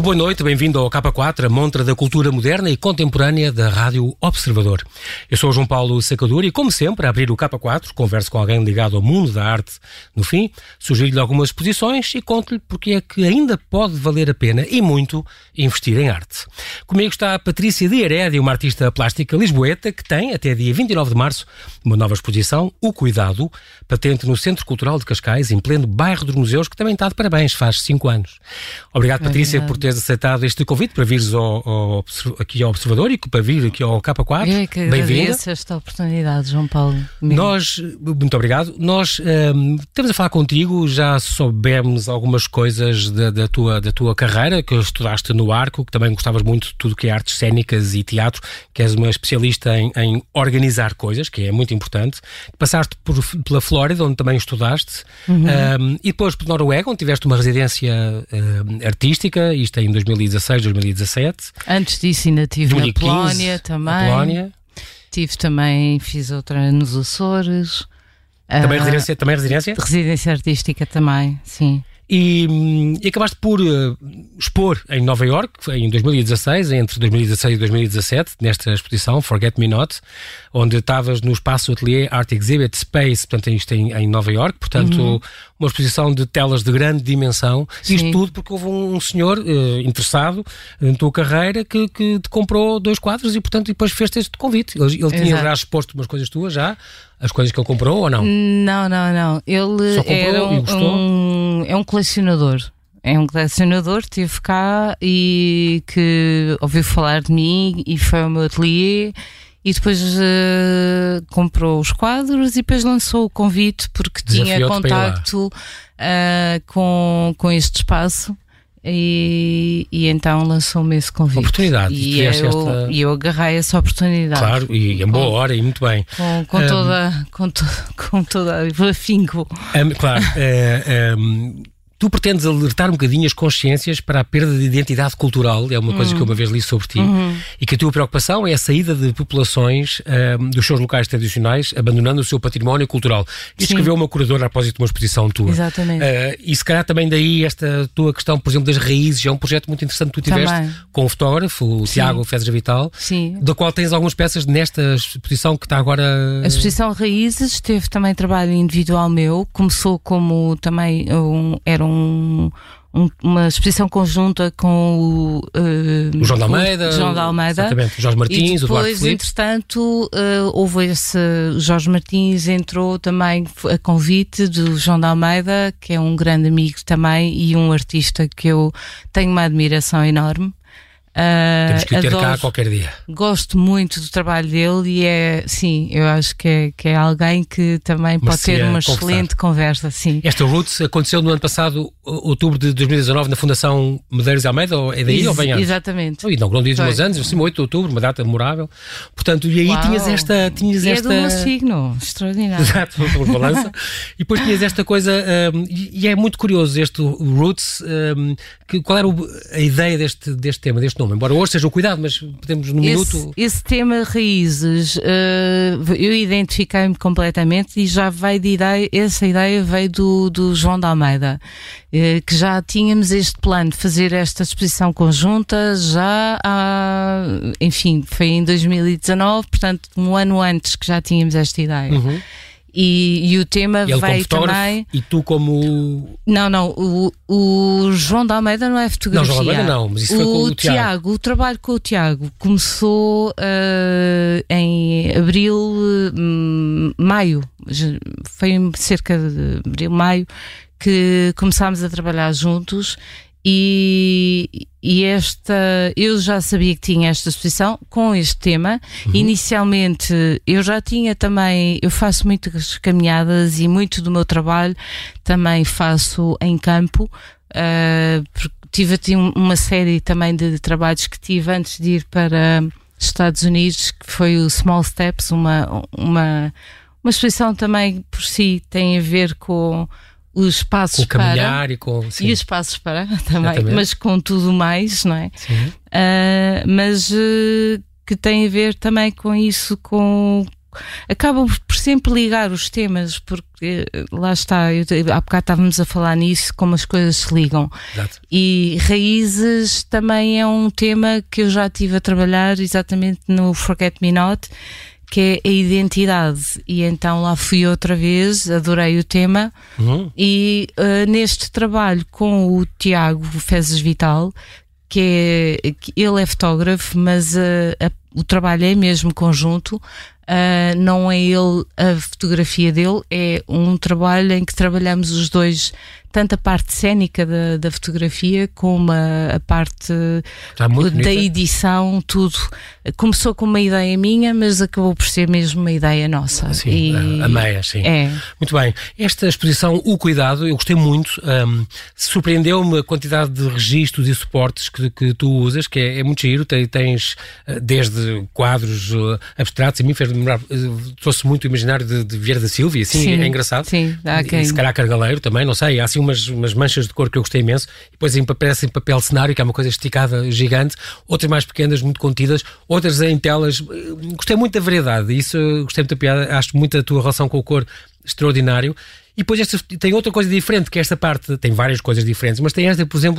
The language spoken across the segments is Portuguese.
Boa noite, bem-vindo ao K4, a montra da cultura moderna e contemporânea da Rádio Observador. Eu sou o João Paulo Sacadura e, como sempre, a abrir o K4, converso com alguém ligado ao mundo da arte. No fim, sugiro-lhe algumas exposições e conto-lhe porque é que ainda pode valer a pena e muito investir em arte. Comigo está a Patrícia de Herédia, uma artista plástica lisboeta que tem, até dia 29 de março, uma nova exposição, O Cuidado, patente no Centro Cultural de Cascais, em pleno bairro dos Museus, que também está de parabéns, faz 5 anos. Obrigado, Patrícia, por teres aceitado este convite para vires aqui ao Observador e para vir aqui ao K4. Eu é que agradeço esta oportunidade, João Paulo. Muito obrigado. Nós estamos a falar contigo, já soubemos algumas coisas da tua carreira, que estudaste no Arco, que também gostavas muito de tudo que é artes cênicas e teatro, que és uma especialista em organizar coisas, que é muito importante. Passaste pela Flórida, onde também estudaste, e depois por Noruega, onde tiveste uma residência artística, isto em 2016, 2017. Antes disso ainda estive na Polónia também. Fiz outra nos Açores. Também residência? Residência artística também, sim. E acabaste por expor em Nova Iorque, em 2016, entre 2016 e 2017, nesta exposição, Forget Me Not, onde estavas no espaço Atelier Art Exhibit Space, portanto isto em Nova Iorque, portanto uma exposição de telas de grande dimensão. Sim. Isto tudo porque houve um senhor interessado na tua carreira que te comprou 2 quadros e portanto depois fez-te este convite. Ele tinha já exposto umas coisas tuas já, as coisas que ele comprou ou não? Não. Ele só comprou e gostou? É um colecionador. É um colecionador, esteve cá e que ouviu falar de mim e foi ao meu ateliê e depois comprou os quadros e depois lançou o convite porque tinha contacto com este espaço e então lançou-me esse convite. Oportunidade. E eu agarrei essa oportunidade. Claro, e em boa hora e muito bem. Com toda a afinco. Claro. Tu pretendes alertar um bocadinho as consciências para a perda de identidade cultural, é uma coisa que eu uma vez li sobre ti, e que a tua preocupação é a saída de populações dos seus locais tradicionais, abandonando o seu património cultural. Isso escreveu uma curadora a propósito de uma exposição tua. Exatamente. E se calhar também daí esta tua questão, por exemplo, das raízes, é um projeto muito interessante que tu tiveste também com o fotógrafo, o Tiago Fezes Vital, da qual tens algumas peças nesta exposição que está agora... A exposição Raízes teve também trabalho individual meu, começou como também uma exposição conjunta com o João de Almeida, exatamente, o Jorge Martins, o Duarte Filipe. Depois, entretanto, houve o Jorge Martins entrou também a convite do João de Almeida, que é um grande amigo também e um artista que eu tenho uma admiração enorme. Temos que o ter cá qualquer dia. Gosto muito do trabalho dele e eu acho que é alguém que também pode ter uma excelente conversa. Sim. Esta Roots aconteceu no ano passado, outubro de 2019, na Fundação Medeiros de Almeida, ou é daí ou vem antes? Exatamente. Não diz uns anos, 8 de outubro, uma data memorável. Portanto, e aí tinhas esta... É do meu signo, extraordinário. Exato, vamos balança. E depois tinhas esta coisa, e é muito curioso este Roots, qual era a ideia deste tema, deste nome? Embora hoje seja o cuidado, mas podemos no minuto... Esse tema Raízes, eu identifiquei-me completamente e já veio essa ideia veio do João de Almeida, que já tínhamos este plano de fazer esta exposição conjunta foi em 2019, portanto um ano antes que já tínhamos esta ideia. E o tema veio também... E tu como... Não, o João de Almeida não é fotografia. Não, João de Almeida não, mas isso foi com o Tiago. O trabalho com o Tiago começou em maio, foi cerca de abril, maio, que começámos a trabalhar juntos. E eu já sabia que tinha esta exposição com este tema. Inicialmente eu já tinha também, eu faço muitas caminhadas e muito do meu trabalho também faço em campo, porque tive uma série também de trabalhos que tive antes de ir para Estados Unidos, que foi o Small Steps, uma exposição também por si tem a ver com os passos com caminhar e com... Sim. E os passos para também, mas com tudo mais, não é? Sim. Mas que tem a ver também com isso, acabam por sempre ligar os temas, porque lá está, há bocado estávamos a falar nisso, como as coisas se ligam. Exato. E raízes também é um tema que eu já estive a trabalhar exatamente no Forget Me Not, que é a identidade, e então lá fui outra vez, adorei o tema, e neste trabalho com o Tiago Fezes Vital, que ele é fotógrafo, mas o trabalho é mesmo conjunto, não é ele a fotografia dele, é um trabalho em que trabalhamos os dois, tanto a parte cénica da fotografia como a parte da edição, tudo. Começou com uma ideia minha, mas acabou por ser mesmo uma ideia nossa. Sim, a meia, sim. É. Muito bem. Esta exposição, O Cuidado, eu gostei muito. Surpreendeu-me a quantidade de registros e suportes que tu usas, que é muito giro. Tens desde quadros abstratos, a mim fez lembrar, trouxe muito o imaginário de Vieira da Silva, e assim, sim, é engraçado. Sim, e se calhar Cargaleiro também, não sei, há assim umas manchas de cor que eu gostei imenso, e depois aparece em papel cenário, que é uma coisa esticada, gigante, outras mais pequenas, muito contidas, outras em telas. Gostei muito da variedade, isso gostei muito da piada, acho muito a tua relação com a cor extraordinário. E depois tem outra coisa diferente, que esta parte, tem várias coisas diferentes, mas tem esta, por exemplo,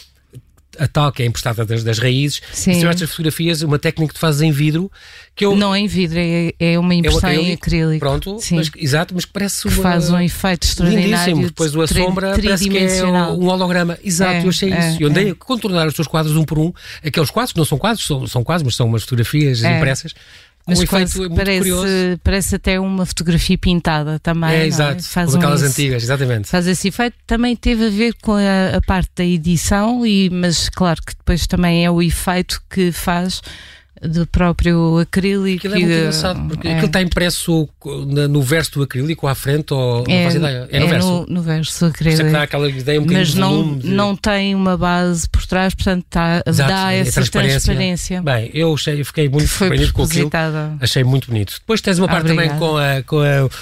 a tal que é emprestada das raízes. Sim. E são estas fotografias, uma técnica que tu fazes em vidro, que eu... Não em vidro, é uma impressão em acrílico. Pronto, exato, mas que parece que faz um efeito extraordinário. Lindíssimo. Depois a sombra parece que é um holograma. Exato, eu achei isso. Eu andei a contornar os teus quadros um por um, aqueles quadros que não são quadros, são quadros, mas são umas fotografias impressas. Mas um efeito muito curioso. Parece até uma fotografia pintada também. Exato, faz aquelas antigas, exatamente. Faz esse efeito. Também teve a ver com a parte da edição, mas claro que depois também é o efeito que faz do próprio acrílico. Aquilo é muito engraçado, porque aquilo está impresso no verso do acrílico à frente, ou não faz ideia? É no verso? No verso do acrílico. Isso é que dá aquela ideia um bocadinho de volume. Mas não tem uma base por trás, portanto dá essa transparência. Bem, eu fiquei muito surpreendido com aquilo. Achei muito bonito. Depois tens uma parte também com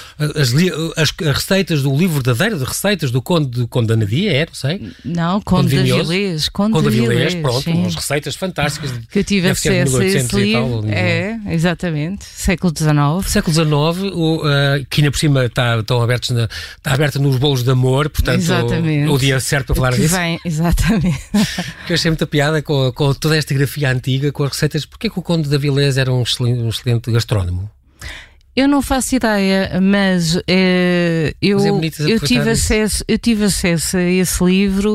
as receitas do livro verdadeiro de receitas do Conde da Nadia, não sei? Não, Conde da Vilés. Conde da Vilés, pronto, umas receitas fantásticas. Que eu tive acesso a esse livro. Exatamente. Século XIX. Século XIX, que ainda por cima está aberta nos bolos de amor, portanto o dia certo para falar disso. Exatamente. Que eu achei muita piada com toda esta grafia antiga, com as receitas. Porquê que o Conde da Vilés era um excelente gastrónomo? Eu não faço ideia, mas eu tive acesso a esse livro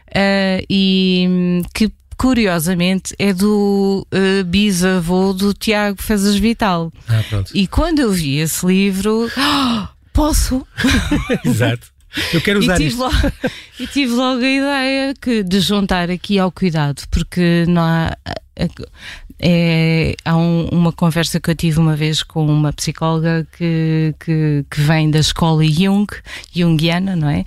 e que curiosamente é do bisavô do Tiago Fezes Vital. Pronto. E quando eu vi esse livro, posso? Exato. Eu quero usar isto. E tive logo a ideia de juntar aqui ao cuidado, porque não há... há uma conversa que eu tive uma vez com uma psicóloga que vem da escola junguiana, não é?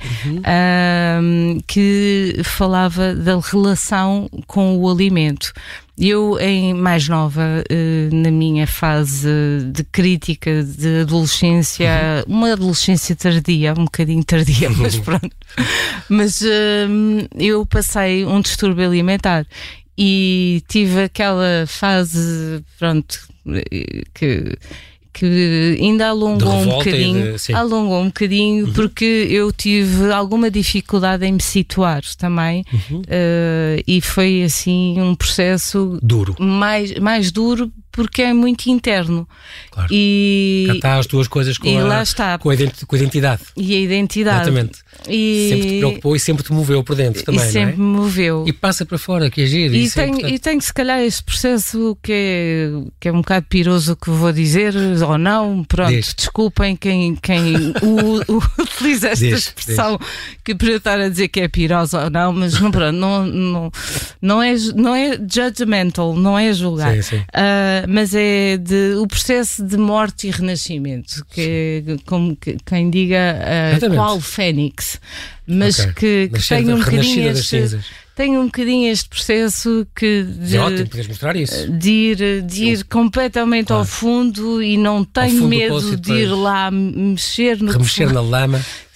Que falava da relação com o alimento. Eu, em mais nova, na minha fase de crítica de adolescência, uma adolescência tardia, um bocadinho tardia, mas pronto, mas eu passei um distúrbio alimentar. E tive aquela fase, pronto, que ainda alongou um bocadinho, porque eu tive alguma dificuldade em me situar também, e foi assim um processo duro, mais duro, porque é muito interno. Claro. E cá está as tuas coisas com a identidade. E a identidade. Exatamente. Sempre te preocupou e sempre te moveu por dentro também, e sempre me moveu. E passa para fora, que é giro. E tenho se calhar este processo que é um bocado piroso o que vou dizer, ou não, pronto, desculpem quem utiliza esta expressão, que para eu estar a dizer que é pirosa ou não, mas pronto, não é judgmental, não é julgar. Sim. Mas é o processo de morte e renascimento, que é como quem diga qual Fênix, mas que tem um bocadinho tenho um bocadinho este processo é ótimo, podes mostrar isso. De ir completamente ao fundo, e não tenho medo de ir lá remexer na lama.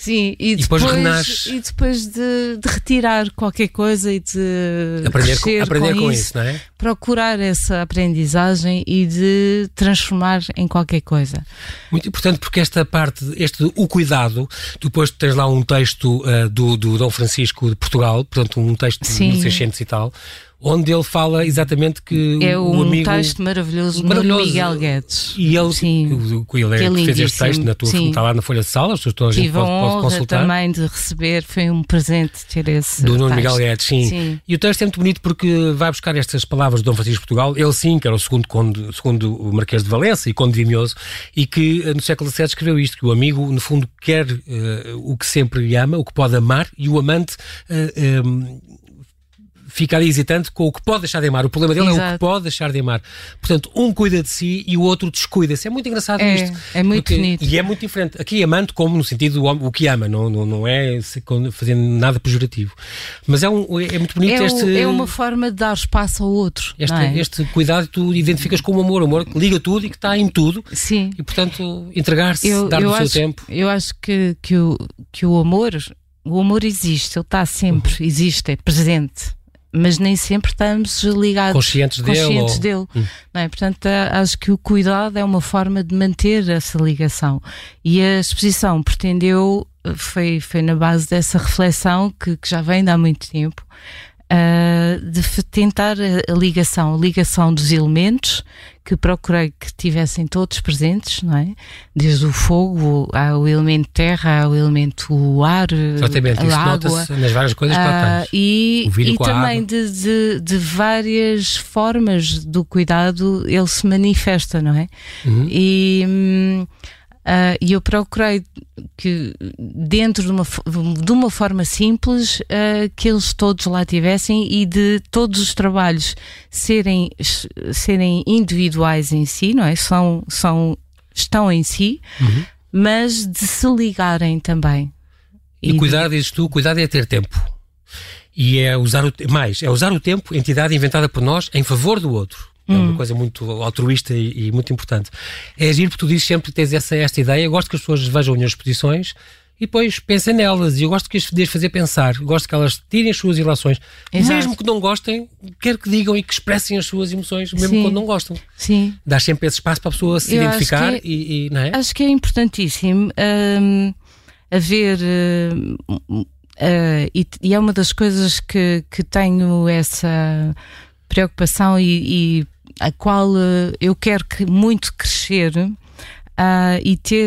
Sim, e depois renasce. E depois de retirar qualquer coisa e de aprender com isso, não é? Procurar essa aprendizagem e de transformar em qualquer coisa. Muito importante, porque esta parte, o cuidado, tu depois tens lá um texto do Dom Francisco de Portugal, portanto um texto de 1600 e tal, onde ele fala exatamente que o amigo... É um texto maravilhoso no Miguel Guedes. E ele, ele fez este texto, está lá na Folha de Sala, as pessoas tive a honra também de receber, foi um presente ter esse do Nuno Miguel Guedes, sim. E o texto é muito bonito porque vai buscar estas palavras de Dom Francisco de Portugal, ele sim, que era o segundo o Marquês de Valença e Conde de Vimioso, e que no século XVII escreveu isto, que o amigo, no fundo, quer o que sempre ama, o que pode amar, e o amante... fica ali hesitante com o que pode deixar de amar. O problema dele é o que pode deixar de amar. Portanto, um cuida de si e o outro descuida-se. É muito engraçado isto. É muito bonito. E é muito diferente. Aqui amando como no sentido o que ama, não é fazendo nada pejorativo. Mas é muito bonito É uma forma de dar espaço ao outro. Este cuidado tu identificas com o amor. O amor liga tudo e que está em tudo. Sim. E, portanto, entregar-se, dar o seu tempo. Eu acho que o amor existe. Ele está sempre, existe, é presente. Mas nem sempre estamos ligados, conscientes dele. Não é? Portanto, acho que o cuidado é uma forma de manter essa ligação. E a exposição pretendeu, foi na base dessa reflexão que já vem de há muito tempo, de tentar a ligação dos elementos, que procurei que tivessem todos presentes, não é? Desde o fogo ao elemento terra, ao elemento ar, exatamente, isso água. Nota-se nas várias coisas que lá tens. E também de várias formas do cuidado ele se manifesta, não é? E eu procurei que dentro de uma forma simples que eles todos lá tivessem e de todos os trabalhos serem individuais em si, não é? Estão em si, mas de se ligarem também. E cuidar, dizes tu, cuidar é ter tempo. E é usar o tempo, entidade inventada por nós, em favor do outro. É uma coisa muito altruísta e muito importante. É agir porque tu dizes sempre que tens esta ideia. Eu gosto que as pessoas vejam as exposições e depois pensem nelas. E eu gosto que as fazer pensar. Eu gosto que elas tirem as suas ilações. Exato. Mesmo que não gostem, quero que digam e que expressem as suas emoções, mesmo quando não gostam. Sim. Dás sempre esse espaço para a pessoa se identificar. Não é? Acho que é importantíssimo haver... e é uma das coisas que tenho essa preocupação e a qual eu quero muito crescer e ter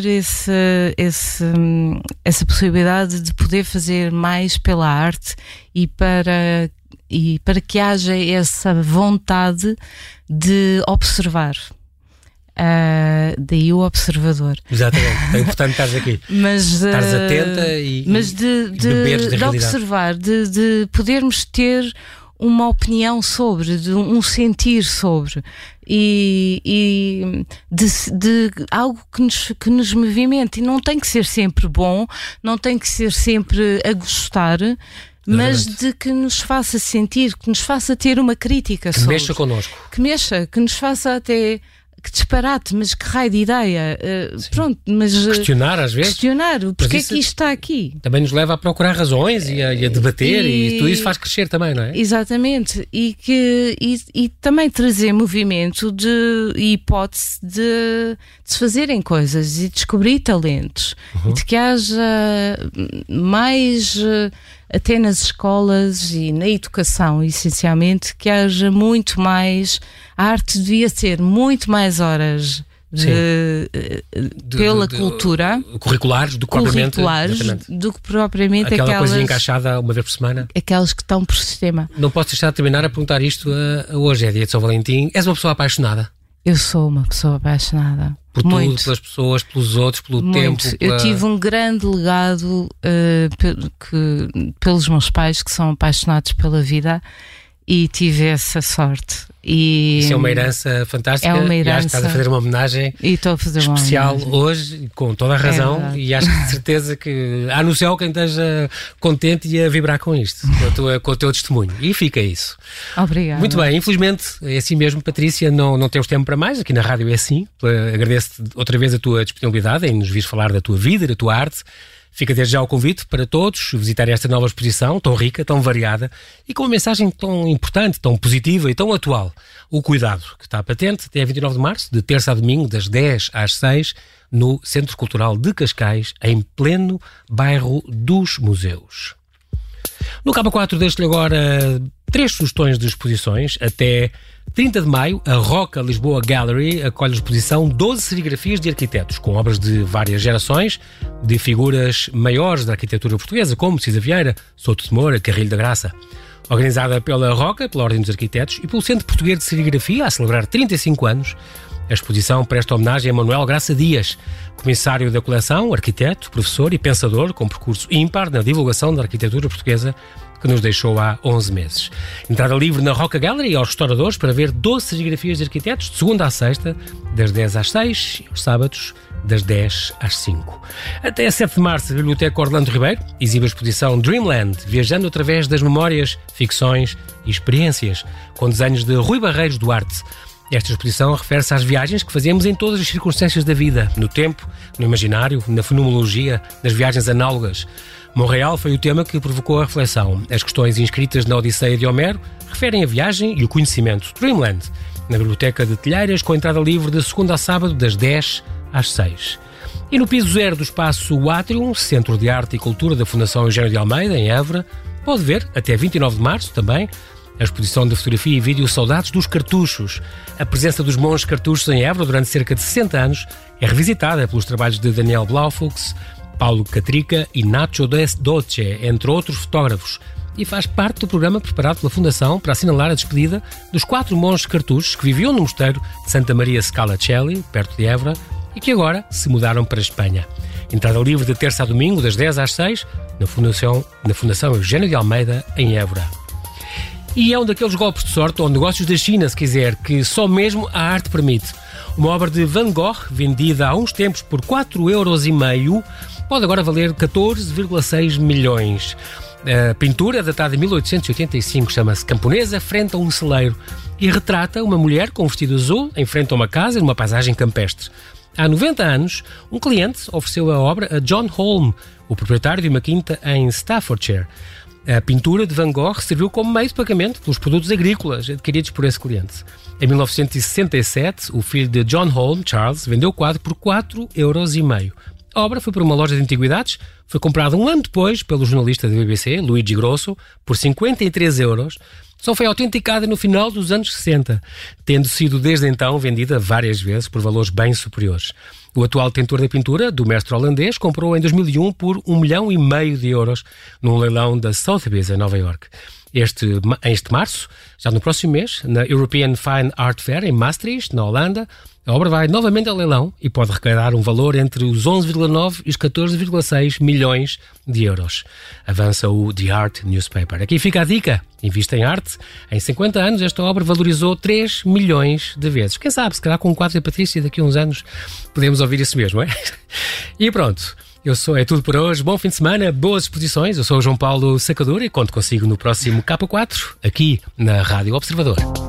essa possibilidade de poder fazer mais pela arte e para que haja essa vontade de observar. Daí o observador. Exatamente, é importante estares aqui. Estares atenta e beberes da realidade. Observar, de podermos ter uma opinião sobre, de um sentir sobre e de algo que nos movimente, e não tem que ser sempre bom, não tem que ser sempre a gostar, mas de que nos faça sentir, que nos faça ter uma crítica sobre. Que mexa connosco. Que nos faça até... Que disparate, mas que raio de ideia. Pronto, mas... Questionar às vezes. Questionar o porquê que isto está aqui. Também nos leva a procurar razões e a debater e tudo isso faz crescer também, não é? Exatamente. E também trazer movimento e hipótese de se fazerem coisas e descobrir talentos. E de que haja mais... até nas escolas e na educação, essencialmente, que haja muito mais... A arte devia ser muito mais horas pela cultura. Curriculares, do que propriamente aquela coisa encaixada uma vez por semana. Aquelas que estão por sistema. Não posso deixar de terminar a perguntar isto hoje, é dia de São Valentim. És uma pessoa apaixonada? Eu sou uma pessoa apaixonada. Por tudo, pelas pessoas, pelos outros, pelo tempo. Eu tive um grande legado pelos meus pais, que são apaixonados pela vida, e tive essa sorte. Isso é uma herança fantástica. É uma herança. E acho que estás a fazer uma homenagem especial hoje, com toda a razão, e acho que de certeza que há no céu quem esteja contente e a vibrar com isto, com o teu testemunho. E fica isso. Obrigada. Muito bem, infelizmente é assim mesmo, Patrícia, não temos tempo para mais, aqui na rádio é assim. Agradeço-te outra vez a tua disponibilidade em nos vir falar da tua vida e da tua arte. Fica desde já o convite para todos visitarem esta nova exposição, tão rica, tão variada e com uma mensagem tão importante, tão positiva e tão atual. O cuidado, que está patente até 29 de março, de terça a domingo, das 10 às 6, no Centro Cultural de Cascais, em pleno bairro dos Museus. No K4 deixo-lhe agora 3 sugestões de exposições. Até 30 de maio, a Roca Lisboa Gallery acolhe a exposição 12 serigrafias de arquitetos, com obras de várias gerações, de figuras maiores da arquitetura portuguesa, como Cisa Vieira, Souto de Moura, Carrilho da Graça. Organizada pela Roca, pela Ordem dos Arquitetos e pelo Centro Português de Serigrafia, a celebrar 35 anos, a exposição presta homenagem a Manuel Graça Dias, comissário da coleção, arquiteto, professor e pensador com percurso ímpar na divulgação da arquitetura portuguesa, que nos deixou há 11 meses. Entrada livre na Roca Gallery e aos restauradores para ver 12 serigrafias de arquitetos, de segunda à sexta, das 10 às 6 e aos sábados, das 10 às 5. Até 7 de março, a Biblioteca Orlando Ribeiro exibe a exposição Dreamland, viajando através das memórias, ficções e experiências, com desenhos de Rui Barreiros Duarte. Esta exposição refere-se às viagens que fazemos em todas as circunstâncias da vida, no tempo, no imaginário, na fenomenologia, nas viagens análogas. Montreal foi o tema que provocou a reflexão. As questões inscritas na Odisseia de Homero referem a viagem e o conhecimento. Dreamland, na Biblioteca de Telheiras, com entrada livre de segunda a sábado, das 10 às 6. E no piso 0 do espaço Atrium, Centro de Arte e Cultura da Fundação Eugênio de Almeida, em Évora, pode ver, até 29 de março também, a exposição de fotografia e vídeo Saudades dos Cartuchos. A presença dos monges cartuchos em Évora durante cerca de 60 anos é revisitada pelos trabalhos de Daniel Blaufuchs, Paulo Catrica e Nacho Doce, entre outros fotógrafos, e faz parte do programa preparado pela Fundação para assinalar a despedida dos 4 monges cartuchos que viviam no mosteiro de Santa Maria Scalacelli, perto de Évora, e que agora se mudaram para a Espanha. Entrada livre de terça a domingo, das 10 às 6, na Fundação Eugênio de Almeida, em Évora. E é um daqueles golpes de sorte, ou negócios da China, se quiser, que só mesmo a arte permite. Uma obra de Van Gogh, vendida há uns tempos por 4,5€, pode agora valer 14,6 milhões. A pintura, datada de 1885, chama-se Camponesa frente a um celeiro e retrata uma mulher com um vestido azul em frente a uma casa numa paisagem campestre. Há 90 anos, um cliente ofereceu a obra a John Holm, o proprietário de uma quinta em Staffordshire. A pintura de Van Gogh serviu como meio de pagamento pelos produtos agrícolas adquiridos por esse cliente. Em 1967, o filho de John Holm, Charles, vendeu o quadro por 4,5€. A obra foi para uma loja de antiguidades, foi comprada um ano depois pelo jornalista da BBC, Luigi Grosso, por 53€. Só foi autenticada no final dos anos 60, tendo sido desde então vendida várias vezes por valores bem superiores. O atual detentor da pintura, do mestre holandês, comprou em 2001 por 1,5 milhão num leilão da Sotheby's, em Nova Iorque. Este março, já no próximo mês, na European Fine Art Fair, em Maastricht, na Holanda, a obra vai novamente ao leilão e pode arrecadar um valor entre os 11,9 e os 14,6 milhões de euros. Avança o The Art Newspaper. Aqui fica a dica. Invista em arte. Em 50 anos, esta obra valorizou 3 milhões de vezes. Quem sabe, se calhar com o quadro da Patrícia, daqui a uns anos podemos ouvir isso mesmo, é? E pronto. É tudo por hoje. Bom fim de semana, boas exposições. Eu sou o João Paulo Sacadura e conto consigo no próximo K4, aqui na Rádio Observador.